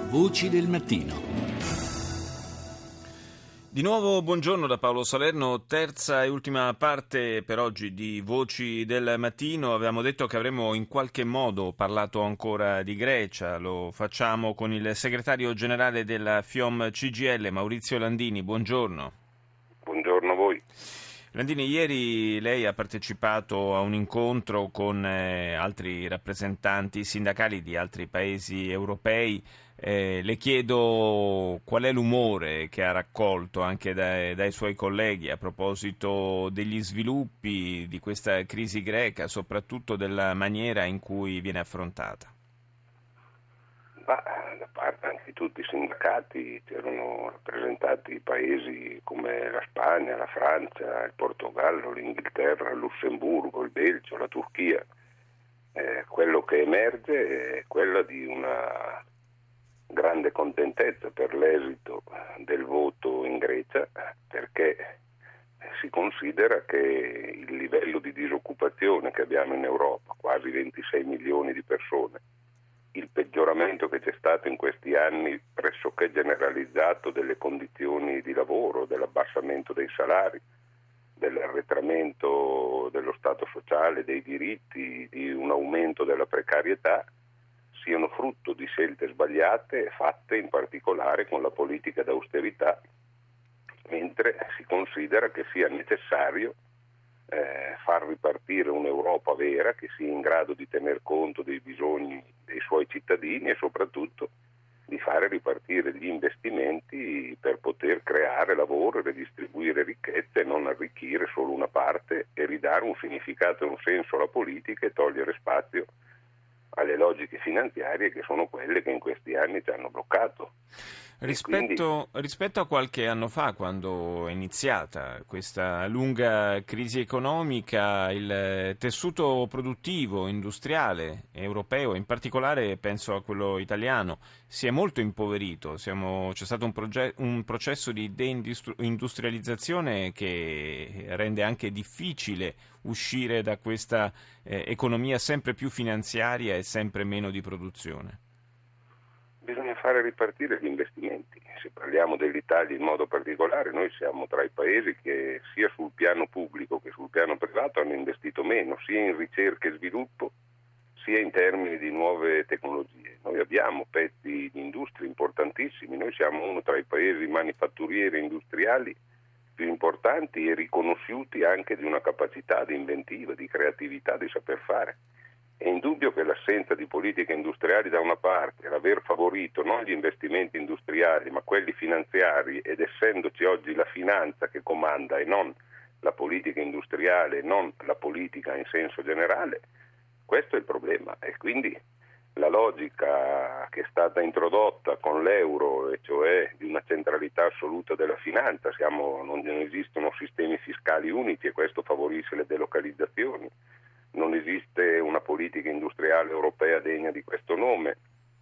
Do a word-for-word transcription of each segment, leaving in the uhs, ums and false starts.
Voci del mattino. Di nuovo buongiorno da Paolo Salerno, terza e ultima parte per oggi di Voci del Mattino. Avevamo detto che avremmo in qualche modo parlato ancora di Grecia, lo facciamo con il segretario generale della FIOM C G I L, Maurizio Landini. Buongiorno. Buongiorno a voi. Landini, ieri lei ha partecipato a un incontro con eh, altri rappresentanti sindacali di altri paesi europei. Eh, le chiedo qual è l'umore che ha raccolto anche dai, dai suoi colleghi a proposito degli sviluppi di questa crisi greca, soprattutto della maniera in cui viene affrontata. Ma da parte anche di tutti i sindacati c'erano rappresentati paesi come la Spagna, la Francia, il Portogallo, l'Inghilterra, il Lussemburgo, il Belgio, la Turchia. Eh, quello che emerge è quella di una grande contentezza per l'esito del voto in Grecia, perché si considera che il livello di disoccupazione che abbiamo in Europa, quasi ventisei milioni di persone, il peggioramento che c'è stato in questi anni pressoché generalizzato delle condizioni di lavoro, dell'abbassamento dei salari, dell'arretramento dello stato sociale, dei diritti, di un aumento della precarietà, siano frutto di scelte sbagliate fatte in particolare con la politica d'austerità, mentre si considera che sia necessario eh, far ripartire un'Europa vera che sia in grado di tener conto dei bisogni dei suoi cittadini e soprattutto di fare ripartire gli investimenti per poter creare lavoro, redistribuire ricchezze e non arricchire solo una parte e ridare un significato e un senso alla politica e togliere spazio alle logiche finanziarie che sono quelle che in questi anni ci hanno bloccato. Rispetto, quindi... rispetto a qualche anno fa, quando è iniziata questa lunga crisi economica, il tessuto produttivo, industriale, europeo, in particolare penso a quello italiano, si è molto impoverito. Siamo, c'è stato un, proge- un processo di deindustrializzazione che rende anche difficile uscire da questa eh, economia sempre più finanziaria e sempre meno di produzione. Bisogna fare ripartire gli investimenti. Se parliamo dell'Italia in modo particolare, noi siamo tra i paesi che sia sul piano pubblico che sul piano privato hanno investito meno, sia in ricerca e sviluppo, sia in termini di nuove tecnologie. Noi abbiamo pezzi di industria importantissimi, noi siamo uno tra i paesi manifatturieri industriali più importanti e riconosciuti anche di una capacità di inventiva, di creatività, di saper fare. È indubbio che l'assenza di politiche industriali da una parte, l'aver favorito non gli investimenti industriali ma quelli finanziari, ed essendoci oggi la finanza che comanda e non la politica industriale, non la politica in senso generale, questo è il problema. E quindi la logica che è stata introdotta con l'euro, e cioè di una centralità assoluta della finanza, siamo, non, non esistono sistemi fiscali unici e questo favorisce le delocalizzazioni. Non esiste una politica industriale europea degna di questo nome,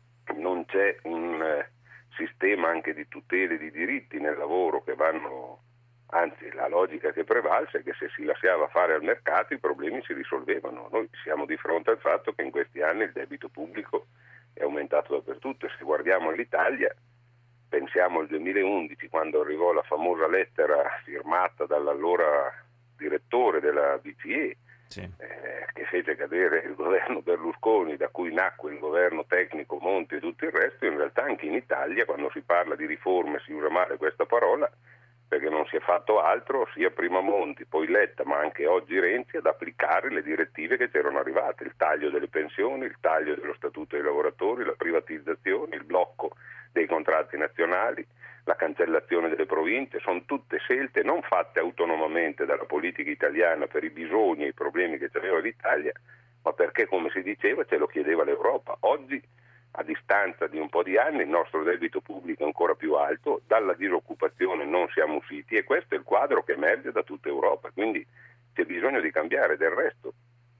non c'è un eh, sistema anche di tutele di diritti nel lavoro che vanno, anzi la logica che prevalse è che se si lasciava fare al mercato i problemi si risolvevano. Noi siamo di fronte al fatto che in questi anni il debito pubblico è aumentato dappertutto e se guardiamo all'Italia pensiamo al duemilaundici quando arrivò la famosa lettera firmata dall'allora direttore della B C E, Sì. Eh, che fece cadere il governo Berlusconi, da cui nacque il governo tecnico Monti e tutto il resto. In realtà anche in Italia quando si parla di riforme si usa male questa parola perché non si è fatto altro, sia prima Monti, poi Letta, ma anche oggi Renzi, ad applicare le direttive che c'erano arrivate, il taglio delle pensioni, il taglio dello statuto dei lavoratori, la privatizzazione, il blocco dei contratti nazionali, la cancellazione delle province. Sono tutte scelte non fatte autonomamente dalla politica italiana per i bisogni e i problemi che aveva l'Italia, ma perché, come si diceva, ce lo chiedeva l'Europa. Oggi, a distanza di un po' di anni, il nostro debito pubblico è ancora più alto, dalla disoccupazione non siamo usciti e questo è il quadro che emerge da tutta Europa, quindi c'è bisogno di cambiare. Del resto,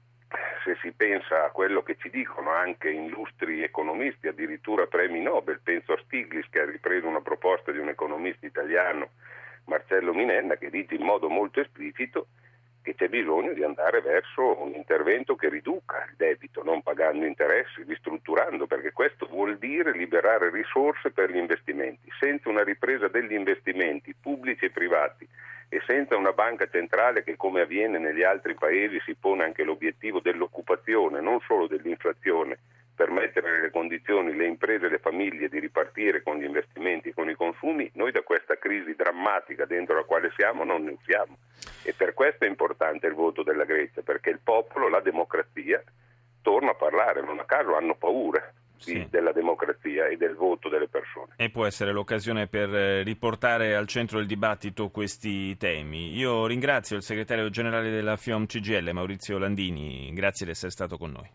se si pensa a quello che ci dicono anche illustri economisti, addirittura premi Nobel, penso a Stiglitz che ha ripreso una proposta di un economista italiano, Marcello Minenna, che dice in modo molto esplicito che c'è bisogno di andare verso un intervento che riduca il debito, non pagando interessi, ristrutturando, perché questo vuol dire liberare risorse per gli investimenti. Senza una ripresa degli investimenti pubblici e privati e senza una banca centrale che, come avviene negli altri paesi, si pone anche l'obiettivo dell'occupazione, non solo dell'inflazione, per mettere nelle condizioni le imprese e le famiglie di ripartire con gli investimenti e con i consumi, noi da questa crisi drammatica dentro la quale siamo non ne usciamo. E per questo è importante il voto della Grecia, perché il popolo, la democrazia, torna a parlare. Non a caso hanno paura di, sì. della democrazia e del voto delle persone. E può essere l'occasione per riportare al centro del dibattito questi temi. Io ringrazio il segretario generale della FIOM C G I L, Maurizio Landini, grazie di essere stato con noi.